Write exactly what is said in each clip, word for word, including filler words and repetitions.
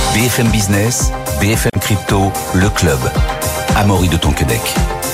B F M Business, B F M Crypto, le club. Amaury de Tonquédec.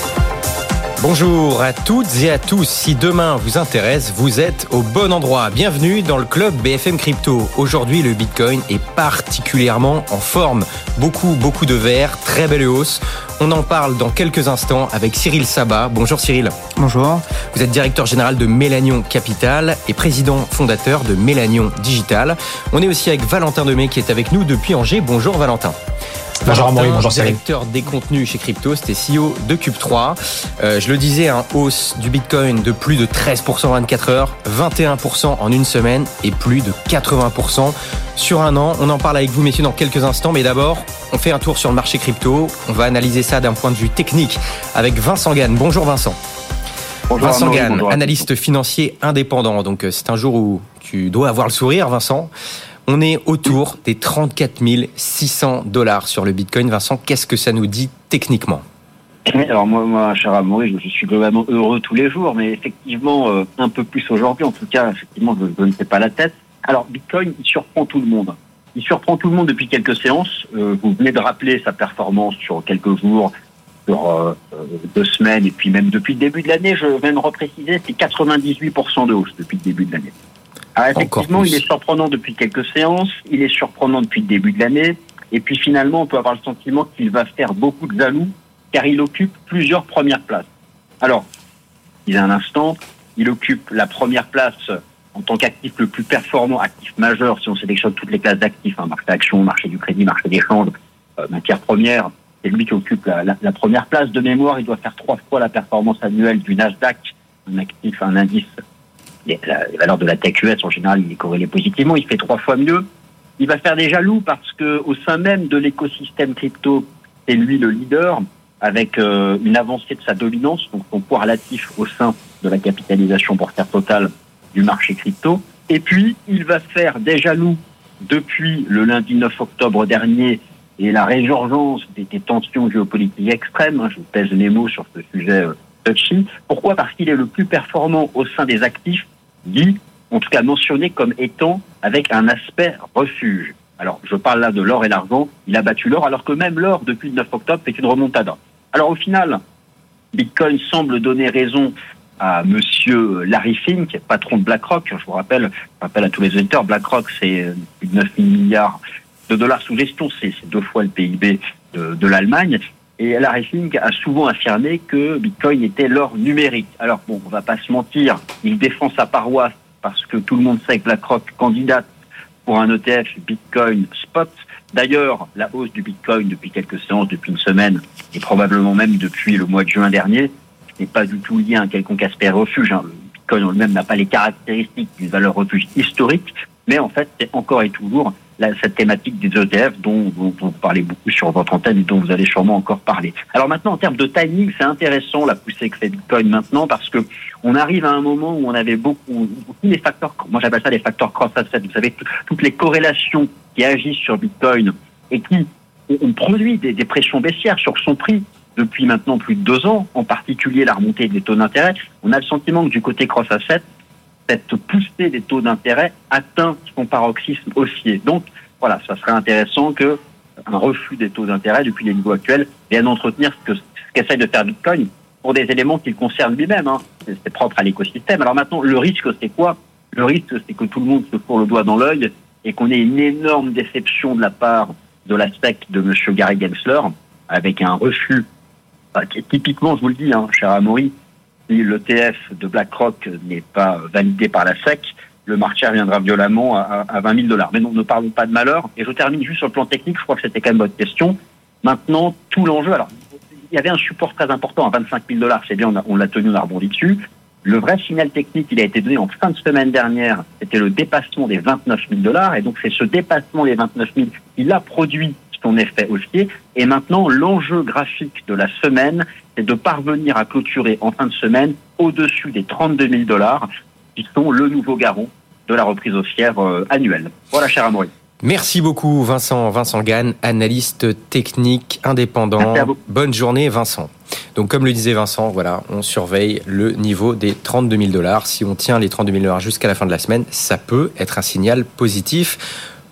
Bonjour à toutes et à tous. Si demain vous intéresse, vous êtes au bon endroit. Bienvenue dans le club B F M Crypto. Aujourd'hui, le Bitcoin est particulièrement en forme. Beaucoup, beaucoup de vert, très belle hausse. On en parle dans quelques instants avec Cyril Sabat. Bonjour Cyril. Bonjour. Vous êtes directeur général de Mélanion Capital et président fondateur de Mélanion Digital. On est aussi avec Valentin Demey qui est avec nous depuis Angers. Bonjour Valentin. Bonjour Amaury, bonjour Cyril. Directeur des contenus chez Cryptost et C E O de Cube trois. Euh, je le disais, un hausse du Bitcoin de plus de treize pour cent en vingt-quatre heures, vingt et un pour cent en une semaine et plus de quatre-vingts pour cent sur un an. On en parle avec vous messieurs dans quelques instants, mais d'abord, on fait un tour sur le marché crypto. On va analyser ça d'un point de vue technique avec Vincent Gann. Bonjour Vincent. Bonjour Vincent Amaury, Gann, bonjour analyste financier indépendant. Donc c'est un jour où tu dois avoir le sourire Vincent. On est autour des trente-quatre mille six cents dollars sur le Bitcoin. Vincent, qu'est-ce que ça nous dit techniquement ? Alors moi, moi cher Amaury, je suis globalement heureux tous les jours, mais effectivement, euh, un peu plus aujourd'hui. En tout cas, effectivement, je, je ne sais pas la tête. Alors, Bitcoin, il surprend tout le monde. Il surprend tout le monde depuis quelques séances. Euh, vous venez de rappeler sa performance sur quelques jours, sur euh, deux semaines, et puis même depuis le début de l'année, je viens de repréciser, c'est quatre-vingt-dix-huit pour cent de hausse depuis le début de l'année. Alors effectivement, il est surprenant depuis quelques séances, il est surprenant depuis le début de l'année, et puis finalement, on peut avoir le sentiment qu'il va faire beaucoup de jaloux, car il occupe plusieurs premières places. Alors, il y a un instant, il occupe la première place en tant qu'actif le plus performant, actif majeur, si on sélectionne toutes les classes d'actifs, hein, marché d'action, marché du crédit, marché d'échange, euh, matière première, c'est lui qui occupe la, la, la première place de mémoire. Il doit faire trois fois la performance annuelle du Nasdaq, un actif, un indice. Les, la, les valeurs de la tech U S, en général, il est corrélé positivement, il fait trois fois mieux. Il va faire des jaloux parce que au sein même de l'écosystème crypto, c'est lui le leader, avec euh, une avancée de sa dominance, donc son poids relatif au sein de la capitalisation boursière totale du marché crypto. Et puis, il va faire des jaloux depuis le lundi neuf octobre dernier et la résurgence des, des tensions géopolitiques extrêmes. Hein, je vous pèse mes mots sur ce sujet euh, touchy. Pourquoi ? Parce qu'il est le plus performant au sein des actifs, dit, en tout cas mentionné comme étant avec un aspect refuge. Alors, je parle là de l'or et l'argent. Il a battu l'or, alors que même l'or, depuis le neuf octobre, fait une remontada. Alors, au final, Bitcoin semble donner raison à monsieur Larry Fink, patron de BlackRock. Je vous rappelle, je rappelle à tous les auditeurs, BlackRock, c'est plus de neuf mille milliards de dollars sous gestion. C'est, c'est deux fois le P I B de, de l'Allemagne. Et Larry Fink a souvent affirmé que Bitcoin était l'or numérique. Alors bon, on va pas se mentir, il défend sa paroisse parce que tout le monde sait que BlackRock candidate pour un E T F Bitcoin Spot. D'ailleurs, la hausse du Bitcoin depuis quelques séances, depuis une semaine, et probablement même depuis le mois de juin dernier, n'est pas du tout lié à un quelconque aspect refuge. Hein. Le Bitcoin en lui-même n'a pas les caractéristiques d'une valeur refuge historique, mais en fait, c'est encore et toujours la, cette thématique des E T F dont, dont, dont vous parlez beaucoup sur votre antenne et dont vous allez sûrement encore parler. Alors maintenant, en termes de timing, c'est intéressant la poussée que fait Bitcoin maintenant parce que on arrive à un moment où on avait beaucoup, beaucoup les facteurs, moi j'appelle ça les facteurs cross-asset, vous savez, toutes les corrélations qui agissent sur Bitcoin et qui ont produit des, des pressions baissières sur son prix depuis maintenant plus de deux ans, en particulier la remontée des taux d'intérêt. On a le sentiment que du côté cross-asset, cette poussée des taux d'intérêt atteint son paroxysme haussier. Donc, voilà, ça serait intéressant que un reflux des taux d'intérêt depuis les niveaux actuels vienne entretenir ce, que, ce qu'essaye de faire Bitcoin pour des éléments qu'il concerne lui-même. Hein. C'est, c'est propre à l'écosystème. Alors maintenant, le risque, c'est quoi ? Le risque, c'est que tout le monde se fourre le doigt dans l'œil et qu'on ait une énorme déception de la part de la S E C de monsieur Gary Gensler avec un refus. Enfin, typiquement, je vous le dis, hein, cher Amaury, si l'E T F de BlackRock n'est pas validé par la S E C, le marché reviendra violemment à, à vingt mille dollars. Mais non, ne parlons pas de malheur. Et je termine juste sur le plan technique. Je crois que c'était quand même votre question. Maintenant, tout l'enjeu. Alors, il y avait un support très important à vingt-cinq mille dollars. C'est bien, on, a, on l'a tenu, on a rebondi dessus. Le vrai signal technique, il a été donné en fin de semaine dernière. C'était le dépassement des vingt-neuf mille dollars. Et donc, c'est ce dépassement des vingt-neuf mille qui a produit son effet haussier. Et maintenant, l'enjeu graphique de la semaine, c'est de parvenir à clôturer en fin de semaine au-dessus des trente-deux mille dollars, qui sont le nouveau garant de la reprise haussière euh, annuelle. Voilà, cher Amaury. Merci beaucoup, Vincent. Vincent Gann, analyste technique indépendant. Bonne journée, Vincent. Donc, comme le disait Vincent, voilà, on surveille le niveau des trente-deux mille dollars. Si on tient les trente-deux mille dollars jusqu'à la fin de la semaine, ça peut être un signal positif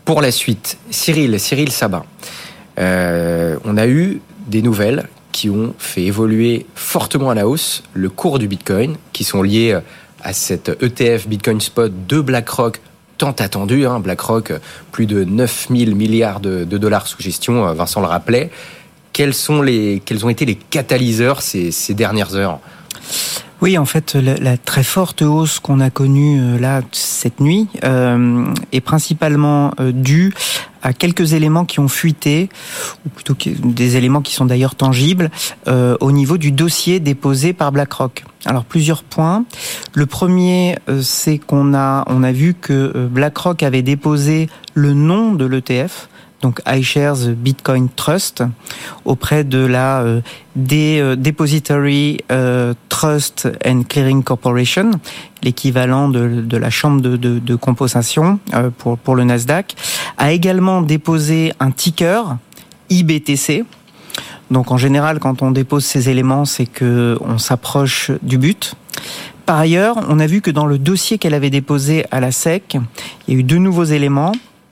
pour la suite, Cyril, Cyril Sabin, euh, on a eu des nouvelles qui ont fait évoluer fortement à la hausse le cours du Bitcoin, qui sont liées à cet E T F Bitcoin Spot de BlackRock, tant attendu. Hein, BlackRock, plus de neuf mille milliards de, de dollars sous gestion, Vincent le rappelait. Quels, sont les, quels ont été les catalyseurs ces, ces dernières heures ? Oui, en fait, la, la très forte hausse qu'on a connue euh, là cette nuit euh, est principalement euh, due à quelques éléments qui ont fuité, ou plutôt des éléments qui sont d'ailleurs tangibles, euh, au niveau du dossier déposé par BlackRock. Alors plusieurs points. Le premier, euh, c'est qu'on a on a vu que euh, BlackRock avait déposé le nom de l'E T F. Donc iShares Bitcoin Trust, auprès de la euh, D, euh, Depository euh, Trust and Clearing Corporation, l'équivalent de, de la chambre de, de, de compensation euh, pour, pour le Nasdaq, a également déposé un ticker I B T C. Donc en général, quand on dépose ces éléments, c'est que on s'approche du but. Par ailleurs, on a vu que dans le dossier qu'elle avait déposé à la S E C, il y a eu deux nouveaux éléments.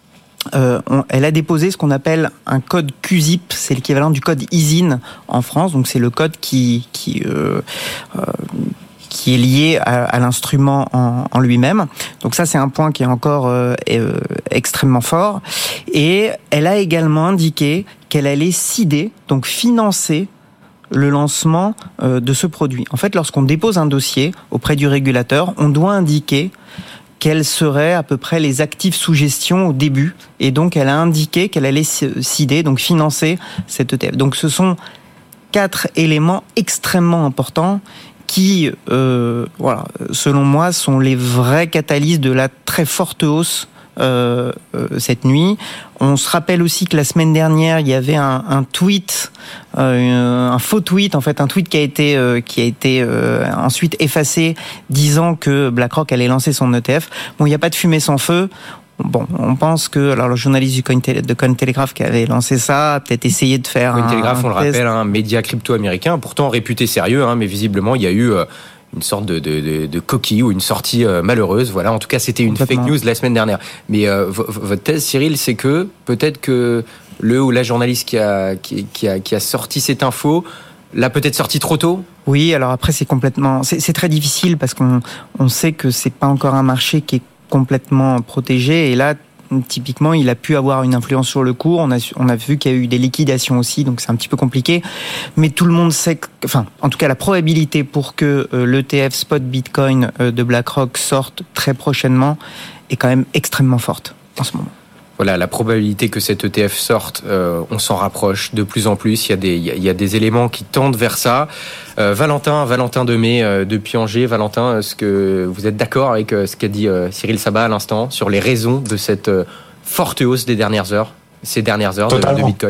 Euh, on, elle a déposé ce qu'on appelle un code Q Z I P, c'est l'équivalent du code I S I N en France, donc c'est le code qui qui euh, euh, qui est lié à, à l'instrument en, en lui-même. Donc ça, c'est un point qui est encore euh, euh, extrêmement fort. Et elle a également indiqué qu'elle allait seeder, donc financer le lancement euh, de ce produit. En fait, lorsqu'on dépose un dossier auprès du régulateur, on doit indiquer quels seraient à peu près les actifs sous gestion au début. Et donc, elle a indiqué qu'elle allait seeder, donc financer cette E T F. Donc, ce sont quatre éléments extrêmement importants qui, euh, voilà, selon moi, sont les vrais catalystes de la très forte hausse euh, euh, cette nuit. On se rappelle aussi que la semaine dernière, il y avait un, un tweet, euh, un faux tweet, en fait, un tweet qui a été euh, qui a été euh, ensuite effacé, disant que BlackRock allait lancer son E T F. Bon, il n'y a pas de fumée sans feu. Bon, on pense que alors le journaliste du Coin de Cointelegraph qui avait lancé ça a peut-être essayé de faire Cointelegraph, un, un on le rappelle, un média crypto américain, pourtant réputé sérieux, hein, mais visiblement il y a eu euh, une sorte de, de, de, de coquille ou une sortie euh, malheureuse. Voilà, en tout cas c'était une fake news la semaine dernière. Mais euh, v- votre thèse, Cyril, c'est que peut-être que le ou la journaliste qui a qui, qui a qui a sorti cette info l'a peut-être sorti trop tôt. Oui, alors après c'est complètement, c'est, c'est très difficile parce qu'on on sait que c'est pas encore un marché qui est complètement protégé, et là typiquement il a pu avoir une influence sur le cours. On a on a vu qu'il y a eu des liquidations aussi, donc c'est un petit peu compliqué, mais tout le monde sait que, enfin en tout cas la probabilité pour que euh, l'E T F Spot Bitcoin euh, de BlackRock sorte très prochainement est quand même extrêmement forte en ce moment. Voilà, la probabilité que cette E T F sorte, euh, on s'en rapproche de plus en plus. Il y a des, il y a des éléments qui tendent vers ça. Euh, Valentin, Valentin Demey euh, depuis Angers. Valentin, est-ce que vous êtes d'accord avec euh, ce qu'a dit euh, Cyril Sabin à l'instant sur les raisons de cette euh, forte hausse des dernières heures, ces dernières heures de, de Bitcoin ?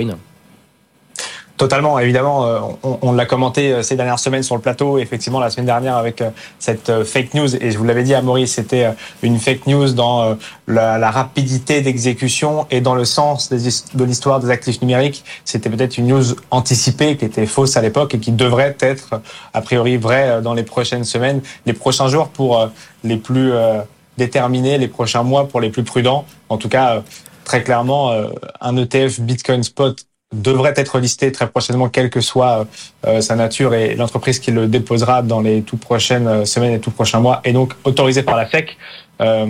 Totalement, évidemment, euh, on, on l'a commenté ces dernières semaines sur le plateau, effectivement la semaine dernière avec euh, cette euh, fake news, et je vous l'avais dit à Maurice, c'était euh, une fake news dans euh, la, la rapidité d'exécution et dans le sens des, de l'histoire des actifs numériques. C'était peut-être une news anticipée qui était fausse à l'époque et qui devrait être a priori vraie dans les prochaines semaines, les prochains jours pour euh, les plus euh, déterminés, les prochains mois pour les plus prudents. En tout cas, euh, très clairement, euh, un E T F Bitcoin Spot devrait être listé très prochainement, quelle que soit euh, sa nature et l'entreprise qui le déposera dans les toutes prochaines semaines et tout prochains mois, et donc autorisé par la S E C. Euh,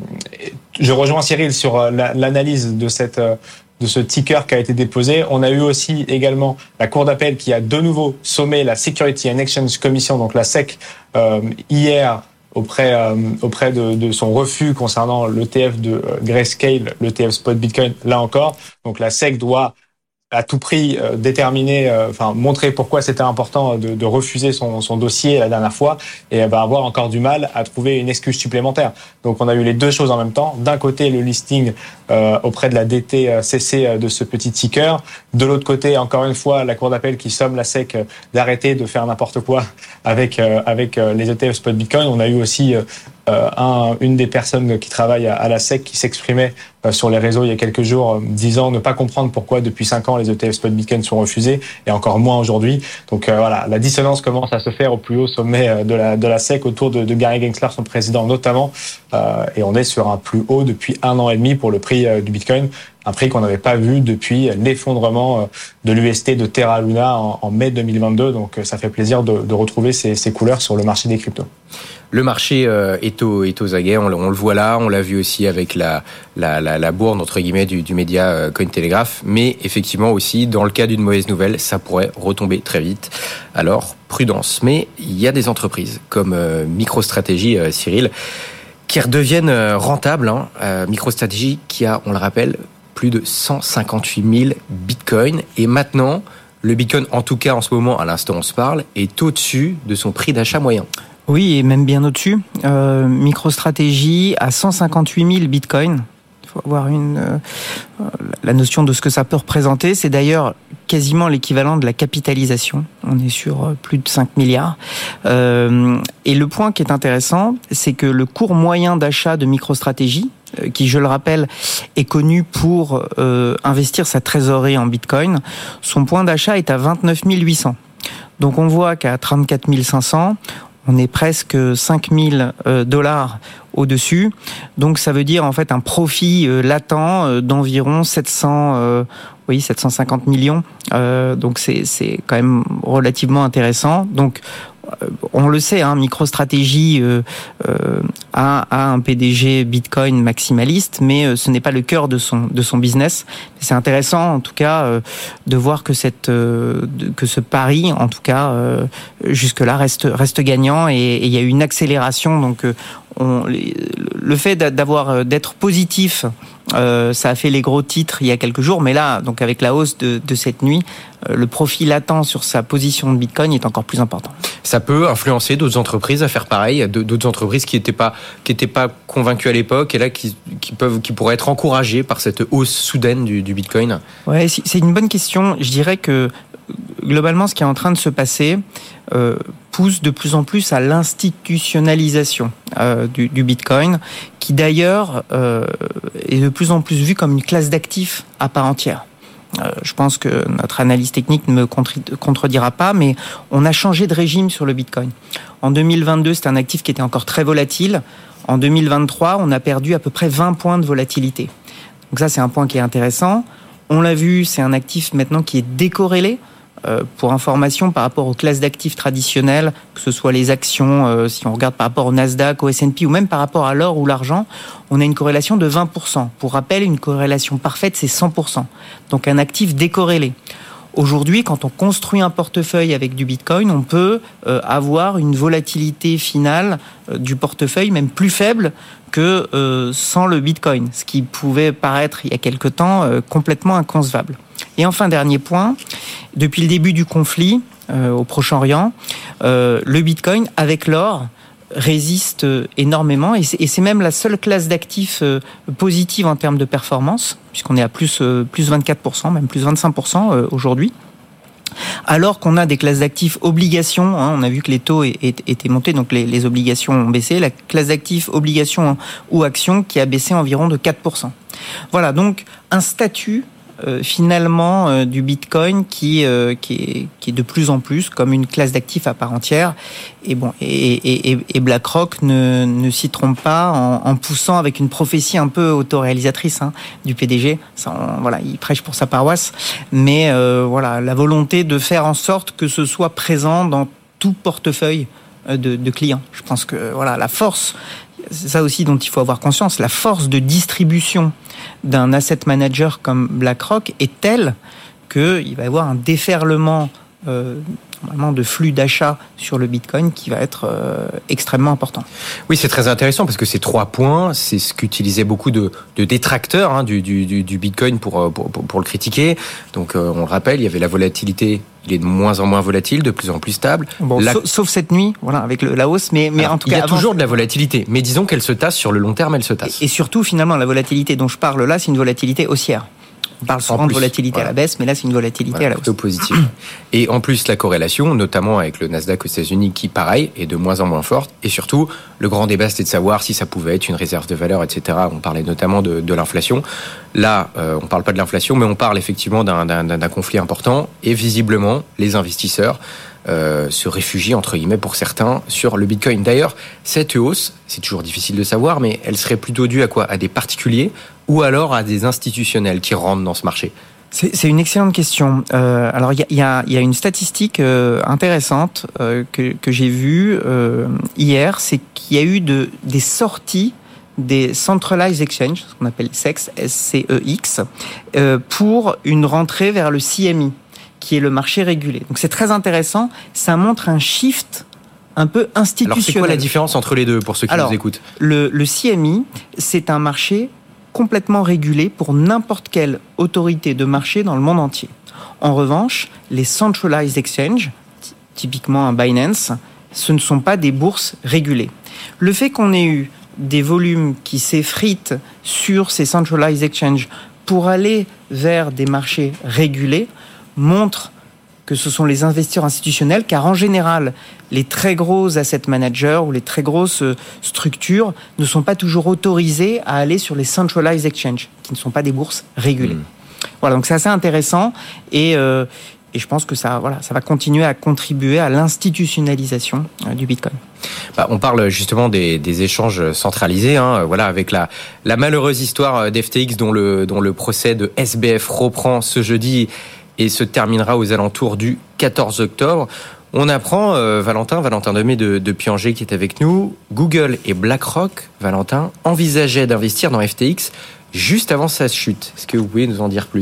je rejoins Cyril sur la, l'analyse de cette de ce ticker qui a été déposé. On a eu aussi également la Cour d'appel qui a de nouveau sommé la Security and Exchange Commission, donc la S E C, euh, hier auprès euh, auprès de, de son refus concernant l'E T F de euh, Grayscale, l'E T F Spot Bitcoin. Là encore, donc la S E C doit à tout prix euh, déterminer, euh, enfin montrer pourquoi c'était important de, de refuser son, son dossier la dernière fois, et elle va avoir encore du mal à trouver une excuse supplémentaire. Donc on a eu les deux choses en même temps. D'un côté le listing euh, auprès de la D T C C de ce petit ticker. De l'autre côté, encore une fois, la Cour d'appel qui somme la S E C d'arrêter de faire n'importe quoi avec euh, avec les E T F Spot Bitcoin. On a eu aussi euh, euh, un, une des personnes qui travaille à, à la S E C qui s'exprimait euh, sur les réseaux il y a quelques jours, euh, disant ne pas comprendre pourquoi depuis cinq ans les E T F spot Bitcoin sont refusés et encore moins aujourd'hui. Donc euh, voilà, la dissonance commence à se faire au plus haut sommet de la de la S E C autour de, de Gary Gensler, son président notamment, euh, et on est sur un plus haut depuis un an et demi pour le prix euh, du Bitcoin. Un prix qu'on n'avait pas vu depuis l'effondrement de l'U S T de Terra Luna en, en mai deux mille vingt-deux. Donc ça fait plaisir de, de retrouver ces, ces couleurs sur le marché des cryptos. Le marché euh, est, au, est aux aguets, on, on le voit là, on l'a vu aussi avec la, la, la, la bourde entre guillemets du, du média euh, Cointelegraph, mais effectivement aussi dans le cas d'une mauvaise nouvelle, ça pourrait retomber très vite. Alors prudence, mais il y a des entreprises comme euh, MicroStrategy, euh, Cyril, qui redeviennent euh, rentables. Hein. Euh, MicroStrategy qui a, on le rappelle, plus de cent cinquante-huit mille bitcoins. Et maintenant, le bitcoin, en tout cas en ce moment, à l'instant où on se parle, est au-dessus de son prix d'achat moyen. Oui, et même bien au-dessus. Euh, MicroStrategy à cent cinquante-huit mille bitcoins. Il faut avoir une, euh, la notion de ce que ça peut représenter. C'est d'ailleurs quasiment l'équivalent de la capitalisation. On est sur plus de cinq milliards. Euh, et le point qui est intéressant, c'est que le cours moyen d'achat de MicroStrategy, qui, je le rappelle, est connu pour euh, investir sa trésorerie en Bitcoin, son point d'achat est à vingt-neuf mille huit cents. Donc on voit qu'à trente-quatre mille cinq cents, on est presque cinq mille dollars au-dessus. Donc ça veut dire en fait un profit euh, latent euh, d'environ sept cents, euh, oui, sept cent cinquante millions. Euh, donc c'est, c'est quand même relativement intéressant. Donc on le sait, hein, MicroStrategy euh, euh, a, a un P D G Bitcoin maximaliste, mais euh, ce n'est pas le cœur de son de son business. C'est intéressant, en tout cas, euh, de voir que cette euh, de, que ce pari, en tout cas, euh, jusque là reste reste gagnant et il y a eu une accélération. Donc, euh, on, le fait d'avoir d'être positif, euh, ça a fait les gros titres il y a quelques jours, mais là, donc avec la hausse de, de cette nuit, euh, le profit latent sur sa position de Bitcoin est encore plus important. Ça peut influencer d'autres entreprises à faire pareil, d'autres entreprises qui n'étaient pas qui étaient pas convaincues à l'époque et là qui qui peuvent qui pourraient être encouragées par cette hausse soudaine du, du Bitcoin. Ouais, c'est une bonne question. Je dirais que globalement, ce qui est en train de se passer euh, pousse de plus en plus à l'institutionnalisation euh, du, du Bitcoin, qui d'ailleurs euh, est de plus en plus vu comme une classe d'actifs à part entière. Euh, je pense que notre analyse technique ne me contredira pas, mais on a changé de régime sur le Bitcoin. En deux mille vingt-deux, c'était un actif qui était encore très volatile. En deux mille vingt-trois, on a perdu à peu près vingt points de volatilité. Donc ça, c'est un point qui est intéressant. On l'a vu, c'est un actif maintenant qui est décorrélé. Euh, pour information, par rapport aux classes d'actifs traditionnelles, que ce soit les actions, euh, si on regarde par rapport au Nasdaq, au S and P, ou même par rapport à l'or ou l'argent, on a une corrélation de vingt pour cent. Pour rappel, une corrélation parfaite, c'est cent pour cent. Donc un actif décorrélé. Aujourd'hui, quand on construit un portefeuille avec du Bitcoin, on peut euh, avoir une volatilité finale euh, du portefeuille même plus faible que euh, sans le Bitcoin, ce qui pouvait paraître il y a quelque temps euh, complètement inconcevable. Et enfin, dernier point, depuis le début du conflit euh, au Proche-Orient, euh, le Bitcoin avec l'or résiste énormément et c'est, et c'est même la seule classe d'actifs euh, positive en termes de performance, puisqu'on est à plus, euh, plus vingt-quatre pour cent, même plus vingt-cinq pour cent euh, aujourd'hui. Alors qu'on a des classes d'actifs obligations, hein, on a vu que les taux étaient montés, donc les, les obligations ont baissé, la classe d'actifs obligations ou actions qui a baissé environ de quatre pour cent. Voilà, donc un statut Euh, finalement euh, du Bitcoin qui euh, qui est qui est de plus en plus comme une classe d'actifs à part entière et bon et et et BlackRock ne ne s'y trompe pas en, en poussant avec une prophétie un peu autoréalisatrice hein, du P D G. Ça, on, voilà, il prêche pour sa paroisse, mais euh, voilà la volonté de faire en sorte que ce soit présent dans tout portefeuille de, de clients. Je pense que voilà la force. C'est ça aussi dont il faut avoir conscience. La force de distribution d'un asset manager comme BlackRock est telle qu'il va y avoir un déferlement euh, normalement de flux d'achat sur le Bitcoin qui va être euh, extrêmement important. Oui, c'est très intéressant parce que ces trois points, c'est ce qu'utilisaient beaucoup de, de détracteurs hein, du, du, du Bitcoin pour, pour, pour le critiquer. Donc, euh, on le rappelle, il y avait la volatilité. Il est de moins en moins volatile, de plus en plus stable. Bon, la... sauf, sauf cette nuit, voilà, avec le, la hausse, mais, mais Alors, en tout il cas, y a avant... toujours de la volatilité, mais disons qu'elle se tasse sur le long terme, elle se tasse. Et, et surtout, finalement, la volatilité dont je parle là, c'est une volatilité haussière. On parle souvent de volatilité voilà. à la baisse, mais là, c'est une volatilité voilà, à la hausse. Plutôt positive. Et en plus, la corrélation, notamment avec le Nasdaq aux États-Unis, qui, pareil, est de moins en moins forte. Et surtout, le grand débat, c'était de savoir si ça pouvait être une réserve de valeur, et cetera. On parlait notamment de, de l'inflation. Là, euh, on ne parle pas de l'inflation, mais on parle effectivement d'un, d'un, d'un conflit important. Et visiblement, les investisseurs euh, se réfugient, entre guillemets, pour certains, sur le Bitcoin. D'ailleurs, cette hausse, c'est toujours difficile de savoir, mais elle serait plutôt due à quoi ? À des particuliers ou alors à des institutionnels qui rentrent dans ce marché ? C'est, c'est une excellente question. Euh, alors, il y a, y, a, y a une statistique euh, intéressante euh, que, que j'ai vue euh, hier, c'est qu'il y a eu de, des sorties des Centralized Exchange, ce qu'on appelle S E X, S C E X, euh, pour une rentrée vers le C M E, qui est le marché régulé. Donc c'est très intéressant, ça montre un shift un peu institutionnel. Alors c'est quoi la différence entre les deux pour ceux qui Alors, nous écoutent ? le, le C M E, c'est un marché complètement régulé pour n'importe quelle autorité de marché dans le monde entier. En revanche, les Centralized Exchange, typiquement un Binance, ce ne sont pas des bourses régulées. Le fait qu'on ait eu des volumes qui s'effritent sur ces Centralized Exchange pour aller vers des marchés régulés montre que ce sont les investisseurs institutionnels, car en général, les très gros asset managers ou les très grosses structures ne sont pas toujours autorisés à aller sur les Centralized Exchange, qui ne sont pas des bourses régulées. Mmh. Voilà, donc c'est assez intéressant et, euh, et je pense que ça, voilà, ça va continuer à contribuer à l'institutionnalisation euh, du Bitcoin. Bah, on parle justement des, des échanges centralisés, hein, voilà, avec la, la malheureuse histoire d'F T X dont le, dont le procès de S B F reprend ce jeudi et se terminera aux alentours du quatorze octobre. On apprend, euh, Valentin, Valentin Demey de, de Puy-en-Gé qui est avec nous, Google et BlackRock, Valentin, envisageaient d'investir dans F T X juste avant sa chute. Est-ce que vous pouvez nous en dire plus ?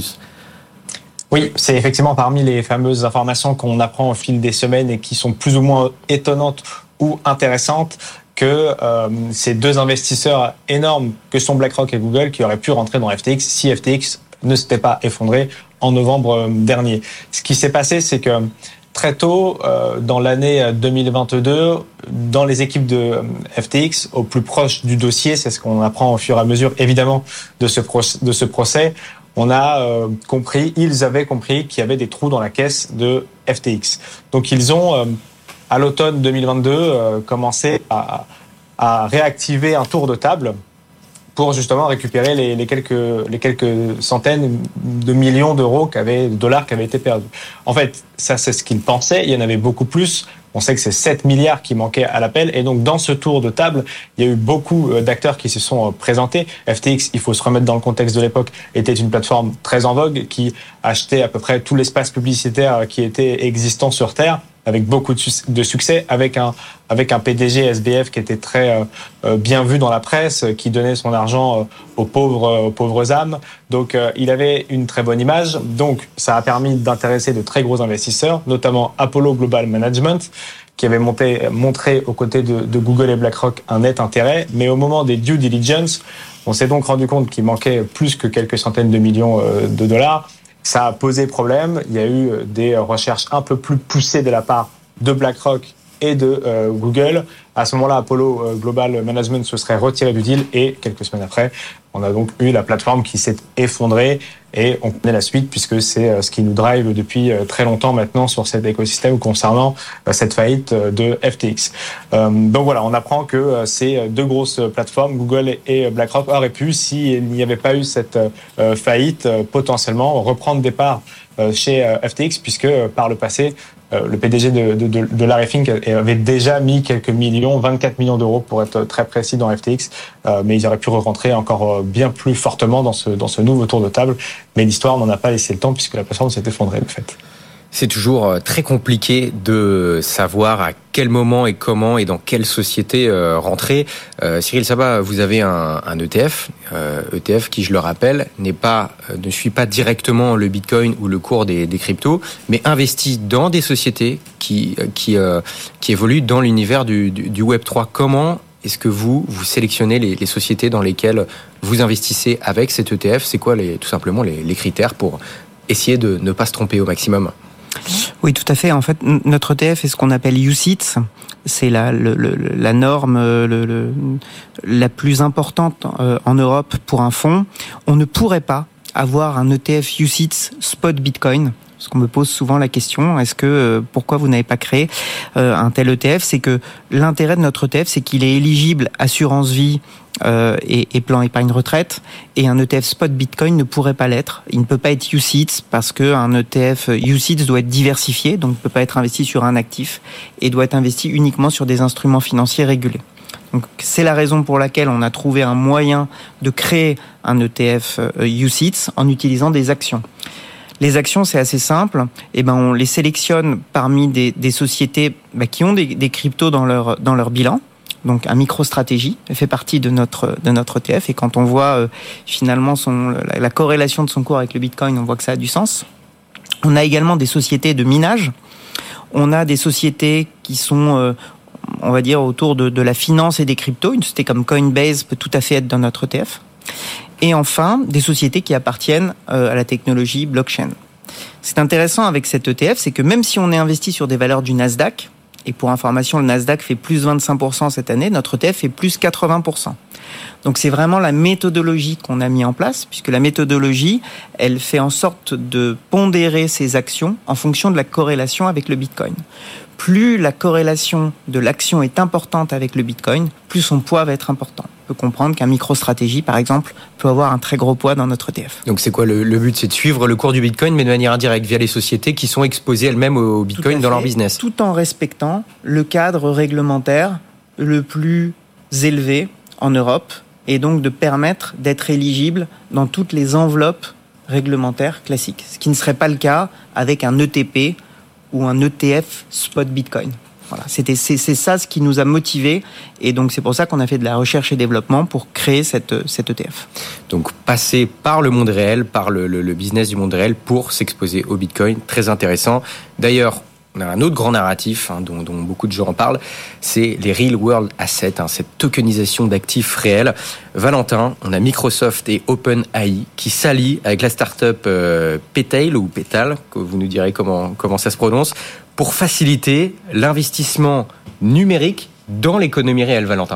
Oui, c'est effectivement parmi les fameuses informations qu'on apprend au fil des semaines et qui sont plus ou moins étonnantes ou intéressantes que euh, ces deux investisseurs énormes que sont BlackRock et Google qui auraient pu rentrer dans F T X si F T X ne s'était pas effondré en novembre dernier. Ce qui s'est passé, c'est que très tôt, euh, dans l'année deux mille vingt-deux, dans les équipes de F T X, au plus proche du dossier, c'est ce qu'on apprend au fur et à mesure, évidemment, de ce, pro- de ce procès, on a euh, compris, ils avaient compris qu'il y avait des trous dans la caisse de F T X. Donc ils ont, euh, à l'automne deux mille vingt-deux, euh, commencé à, à réactiver un tour de table pour justement récupérer les, les quelques les quelques centaines de millions d'euros qu'avaient de dollars qui avaient été perdus. En fait, ça c'est ce qu'ils pensaient. Il y en avait beaucoup plus. On sait que c'est sept milliards qui manquaient à l'appel. Et donc dans ce tour de table, il y a eu beaucoup d'acteurs qui se sont présentés. F T X, il faut se remettre dans le contexte de l'époque, était une plateforme très en vogue qui achetait à peu près tout l'espace publicitaire qui était existant sur Terre, avec beaucoup de succès, avec un avec un P D G S B F qui était très euh, bien vu dans la presse, qui donnait son argent euh, aux pauvres euh, aux pauvres âmes. Donc euh, il avait une très bonne image. Donc ça a permis d'intéresser de très gros investisseurs, notamment Apollo Global Management, qui avait monté, montré aux côtés de, de Google et BlackRock un net intérêt. Mais au moment des due diligence, on s'est donc rendu compte qu'il manquait plus que quelques centaines de millions euh, de dollars. Ça a posé problème. Il y a eu des recherches un peu plus poussées de la part de BlackRock et de euh, Google. À ce moment-là, Apollo euh, Global Management se serait retiré du deal et quelques semaines après, on a donc eu la plateforme qui s'est effondrée et on connaît la suite puisque c'est euh, ce qui nous drive depuis euh, très longtemps maintenant sur cet écosystème concernant euh, cette faillite euh, de F T X. Euh, donc voilà, on apprend que euh, ces deux grosses plateformes, Google et BlackRock, auraient pu, s'il n'y avait pas eu cette euh, faillite, euh, potentiellement reprendre des parts euh, chez euh, F T X puisque euh, par le passé, euh, le P D G de, de, de, de Larry Fink avait déjà mis quelques millions, vingt-quatre millions d'euros pour être très précis dans F T X, euh, mais ils auraient pu rentrer encore bien plus fortement dans ce, dans ce nouveau tour de table. Mais l'histoire n'en a pas laissé le temps puisque la plateforme s'est effondrée, en fait. C'est toujours très compliqué de savoir à quel moment et comment et dans quelle société euh, rentrer. Euh, Cyril Sabat, vous avez un, un E T F, euh, E T F qui, je le rappelle, n'est pas, ne suit pas directement le Bitcoin ou le cours des, des cryptos, mais investit dans des sociétés qui, qui, euh, qui évoluent dans l'univers du, du, du Web trois. Comment est-ce que vous, vous sélectionnez les, les sociétés dans lesquelles vous investissez avec cet E T F ? C'est quoi les, tout simplement les, les critères pour essayer de ne pas se tromper au maximum ? Oui, tout à fait. En fait, notre E T F est ce qu'on appelle U C I T S. C'est la, le, le, la norme le, le, la plus importante en Europe pour un fonds. On ne pourrait pas avoir un E T F U C I T S Spot Bitcoin? Parce qu'on me pose souvent la question, est-ce que euh, pourquoi vous n'avez pas créé euh, un tel E T F? C'est que l'intérêt de notre E T F, c'est qu'il est éligible assurance vie euh, et, et plan épargne retraite, et un E T F spot Bitcoin ne pourrait pas l'être. Il ne peut pas être U C I T S parce qu'un E T F U C I T S doit être diversifié, donc ne peut pas être investi sur un actif et doit être investi uniquement sur des instruments financiers régulés. Donc, c'est la raison pour laquelle on a trouvé un moyen de créer un E T F U C I T S en utilisant des actions. Les actions, c'est assez simple. Eh ben, on les sélectionne parmi des, des sociétés bah, qui ont des, des cryptos dans leur dans leur bilan. Donc, un MicroStrategy fait partie de notre de notre E T F. Et quand on voit euh, finalement son la, la corrélation de son cours avec le Bitcoin, on voit que ça a du sens. On a également des sociétés de minage. On a des sociétés qui sont euh, on va dire autour de, de la finance et des cryptos. Une société comme Coinbase peut tout à fait être dans notre E T F. Et enfin, des sociétés qui appartiennent à la technologie blockchain. C'est intéressant avec cet E T F, c'est que même si on est investi sur des valeurs du Nasdaq, et pour information, le Nasdaq fait plus vingt-cinq pour cent cette année, notre E T F fait plus quatre-vingts pour cent. Donc c'est vraiment la méthodologie qu'on a mis en place, puisque la méthodologie, elle fait en sorte de pondérer ses actions en fonction de la corrélation avec le Bitcoin. Plus la corrélation de l'action est importante avec le Bitcoin, plus son poids va être important. On peut comprendre qu'un MicroStrategy, par exemple, peut avoir un très gros poids dans notre E T F. Donc c'est quoi le, le but? C'est de suivre le cours du Bitcoin, mais de manière indirecte, via les sociétés qui sont exposées elles-mêmes au Bitcoin dans leur business. Tout en respectant le cadre réglementaire le plus élevé en Europe, et donc de permettre d'être éligible dans toutes les enveloppes réglementaires classiques. Ce qui ne serait pas le cas avec un E T P ou un E T F spot Bitcoin. Voilà, c'était, c'est, c'est ça ce qui nous a motivés, et donc c'est pour ça qu'on a fait de la recherche et développement pour créer cette, cette E T F. Donc passer par le monde réel, par le, le, le business du monde réel pour s'exposer au Bitcoin, très intéressant. D'ailleurs, on a un autre grand narratif hein, dont, dont beaucoup de gens en parlent, c'est les Real World Assets, hein, cette tokenisation d'actifs réels. Valentin, on a Microsoft et OpenAI qui s'allient avec la start-up euh, Petal ou Petal, que vous nous direz comment, comment ça se prononce, pour faciliter l'investissement numérique dans l'économie réelle, Valentin.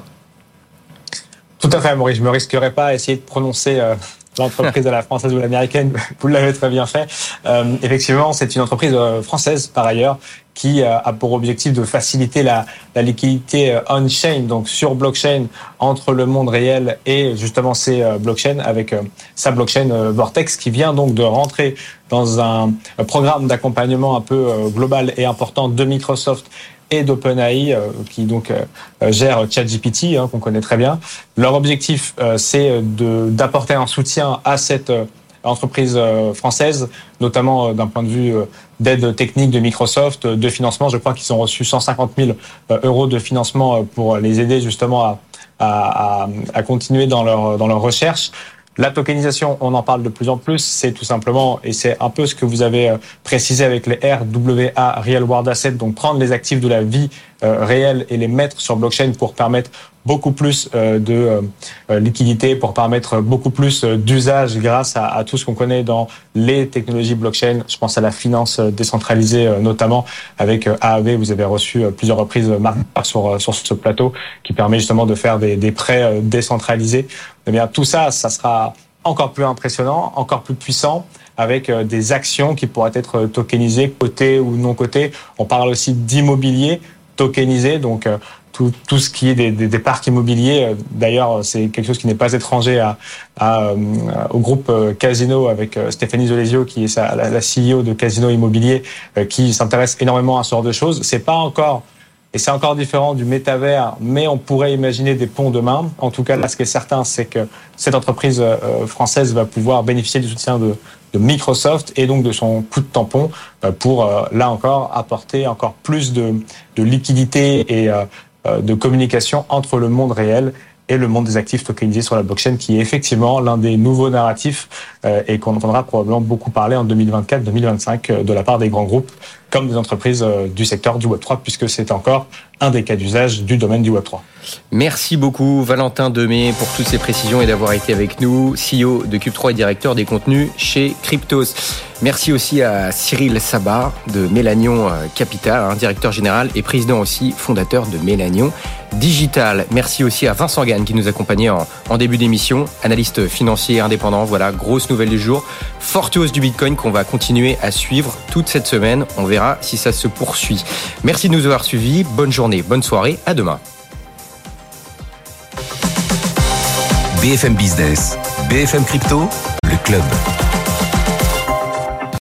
Tout à fait, Maurice. Je ne me risquerai pas à essayer de prononcer euh, l'entreprise à la française ou l'américaine. Vous l'avez très bien fait. Euh, effectivement, c'est une entreprise euh, française, par ailleurs, qui euh, a pour objectif de faciliter la, la liquidité euh, on-chain, donc sur blockchain, entre le monde réel et justement ces euh, blockchains, avec euh, sa blockchain euh, Vortex, qui vient donc de rentrer dans un, un programme d'accompagnement un peu euh, global et important de Microsoft et d'OpenAI, euh, qui donc euh, gère ChatGPT, hein, qu'on connaît très bien. Leur objectif, euh, c'est de d'apporter un soutien à cette euh, entreprise euh, française, notamment euh, d'un point de vue euh, d'aide technique de Microsoft, de financement. Je crois qu'ils ont reçu cent cinquante mille euros de financement pour les aider justement à, à, à, à continuer dans leur dans leur recherche. La tokenisation, on en parle de plus en plus, c'est tout simplement, et c'est un peu ce que vous avez précisé avec les R W A, Real World Assets, donc prendre les actifs de la vie euh, réelle et les mettre sur blockchain pour permettre beaucoup plus euh, de euh, liquidité, pour permettre beaucoup plus euh, d'usage grâce à, à tout ce qu'on connaît dans les technologies blockchain. Je pense à la finance décentralisée euh, notamment, avec euh, A A V, vous avez reçu euh, plusieurs reprises euh, Marc sur, euh, sur ce plateau, qui permet justement de faire des, des prêts euh, décentralisés. Eh bien, tout ça, ça sera encore plus impressionnant, encore plus puissant, avec euh, des actions qui pourraient être tokenisées, cotées ou non cotées. On parle aussi d'immobilier tokenisé, donc euh, Tout, tout ce qui est des, des, des parcs immobiliers. D'ailleurs, c'est quelque chose qui n'est pas étranger à, à, au groupe Casino, avec Stéphanie Zolesio, qui est sa, la, la C E O de Casino Immobilier, qui s'intéresse énormément à ce genre de choses. C'est pas encore, et c'est encore différent du métavers, mais on pourrait imaginer des ponts demain. En tout cas, là, ce qui est certain, c'est que cette entreprise française va pouvoir bénéficier du soutien de, de Microsoft et donc de son coup de tampon pour, là encore, apporter encore plus de, de liquidité et de communication entre le monde réel et le monde des actifs tokenisés sur la blockchain, qui est effectivement l'un des nouveaux narratifs euh, et qu'on entendra probablement beaucoup parler en deux mille vingt-quatre deux mille vingt-cinq euh, de la part des grands groupes comme des entreprises euh, du secteur du web trois, puisque c'est encore un des cas d'usage du domaine du web trois. Merci beaucoup Valentin Demey pour toutes ces précisions et d'avoir été avec nous, C E O de Cube trois et directeur des contenus chez Cryptos. Merci aussi à Cyril Sabat de Mélanion Capital, hein, directeur général et président aussi fondateur de Mélanion Digital. Merci aussi à Vincent Gann qui nous accompagnait en, en début d'émission, analyste financier indépendant. Voilà, grosse nouvelle du jour. Forte hausse du Bitcoin qu'on va continuer à suivre toute cette semaine. On verra si ça se poursuit. Merci de nous avoir suivis. Bonne journée, bonne soirée. À demain. B F M Business, B F M Crypto, le club.